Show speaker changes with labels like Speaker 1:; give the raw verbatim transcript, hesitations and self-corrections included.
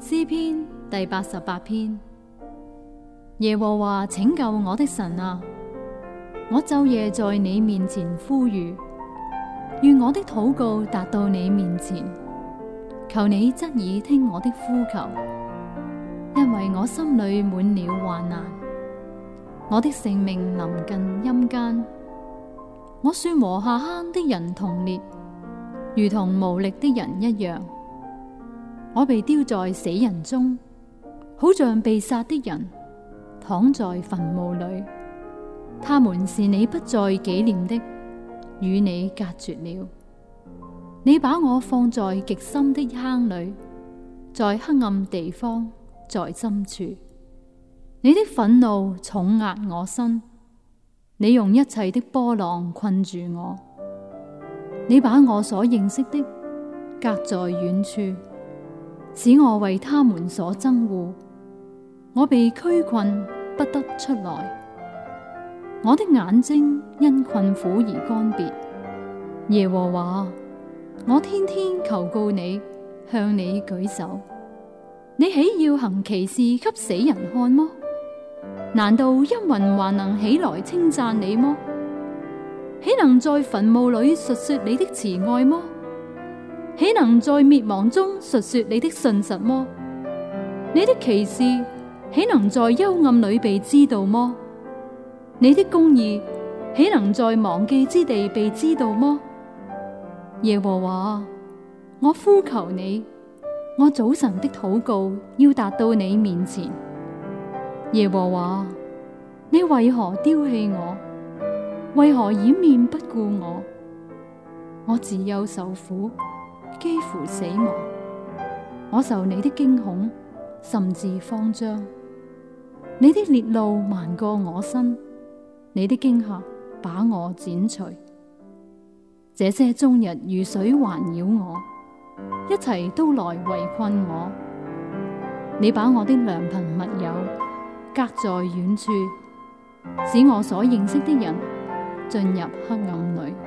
Speaker 1: 詩篇第八十八篇。耶和華拯救我的神啊，我晝夜在你面前呼籲，願我的禱告達到你面前，求你側耳聽我的呼求，因為我心裏滿了患難，我的性命臨近陰間。我算和下坑的人同列，如同無力的人一樣。我被丟在死人中，好像被殺的人，躺在墳墓裏。他們是你不再紀念的，與你隔絕了。你把我放在極深的坑裏，在黑暗地方，在深處。你的憤怒重壓我身，你用一切的波浪困住我。你把我所認識的隔在遠處，使我為他們所憎惡。我被拘困，不得出來。我的眼睛因困苦而乾癟。耶和華，我天天求告你，向你舉手。你豈要行奇事給死人看麼？難道陰魂還能起來稱讚你麼？豈能在墳墓裏述說你的慈愛麼？豈能在滅亡中述說你的信實麼？你的奇事豈能在幽暗裏被知道麼？你的公義豈能在忘記之地被知道麼？耶和華，我呼求你，我早晨的禱告要達到你面前。耶和華，你為何丟棄我？為何掩面不顧我？我自幼受苦，幾乎死亡。我受你的驚恐，甚至慌張。你的烈怒瞞過我身，你的驚嚇把我剪除。這些終日如水環繞我，一齊都來圍困我。你把我的良朋密友隔在遠處，使我所認識的人進入黑暗裏。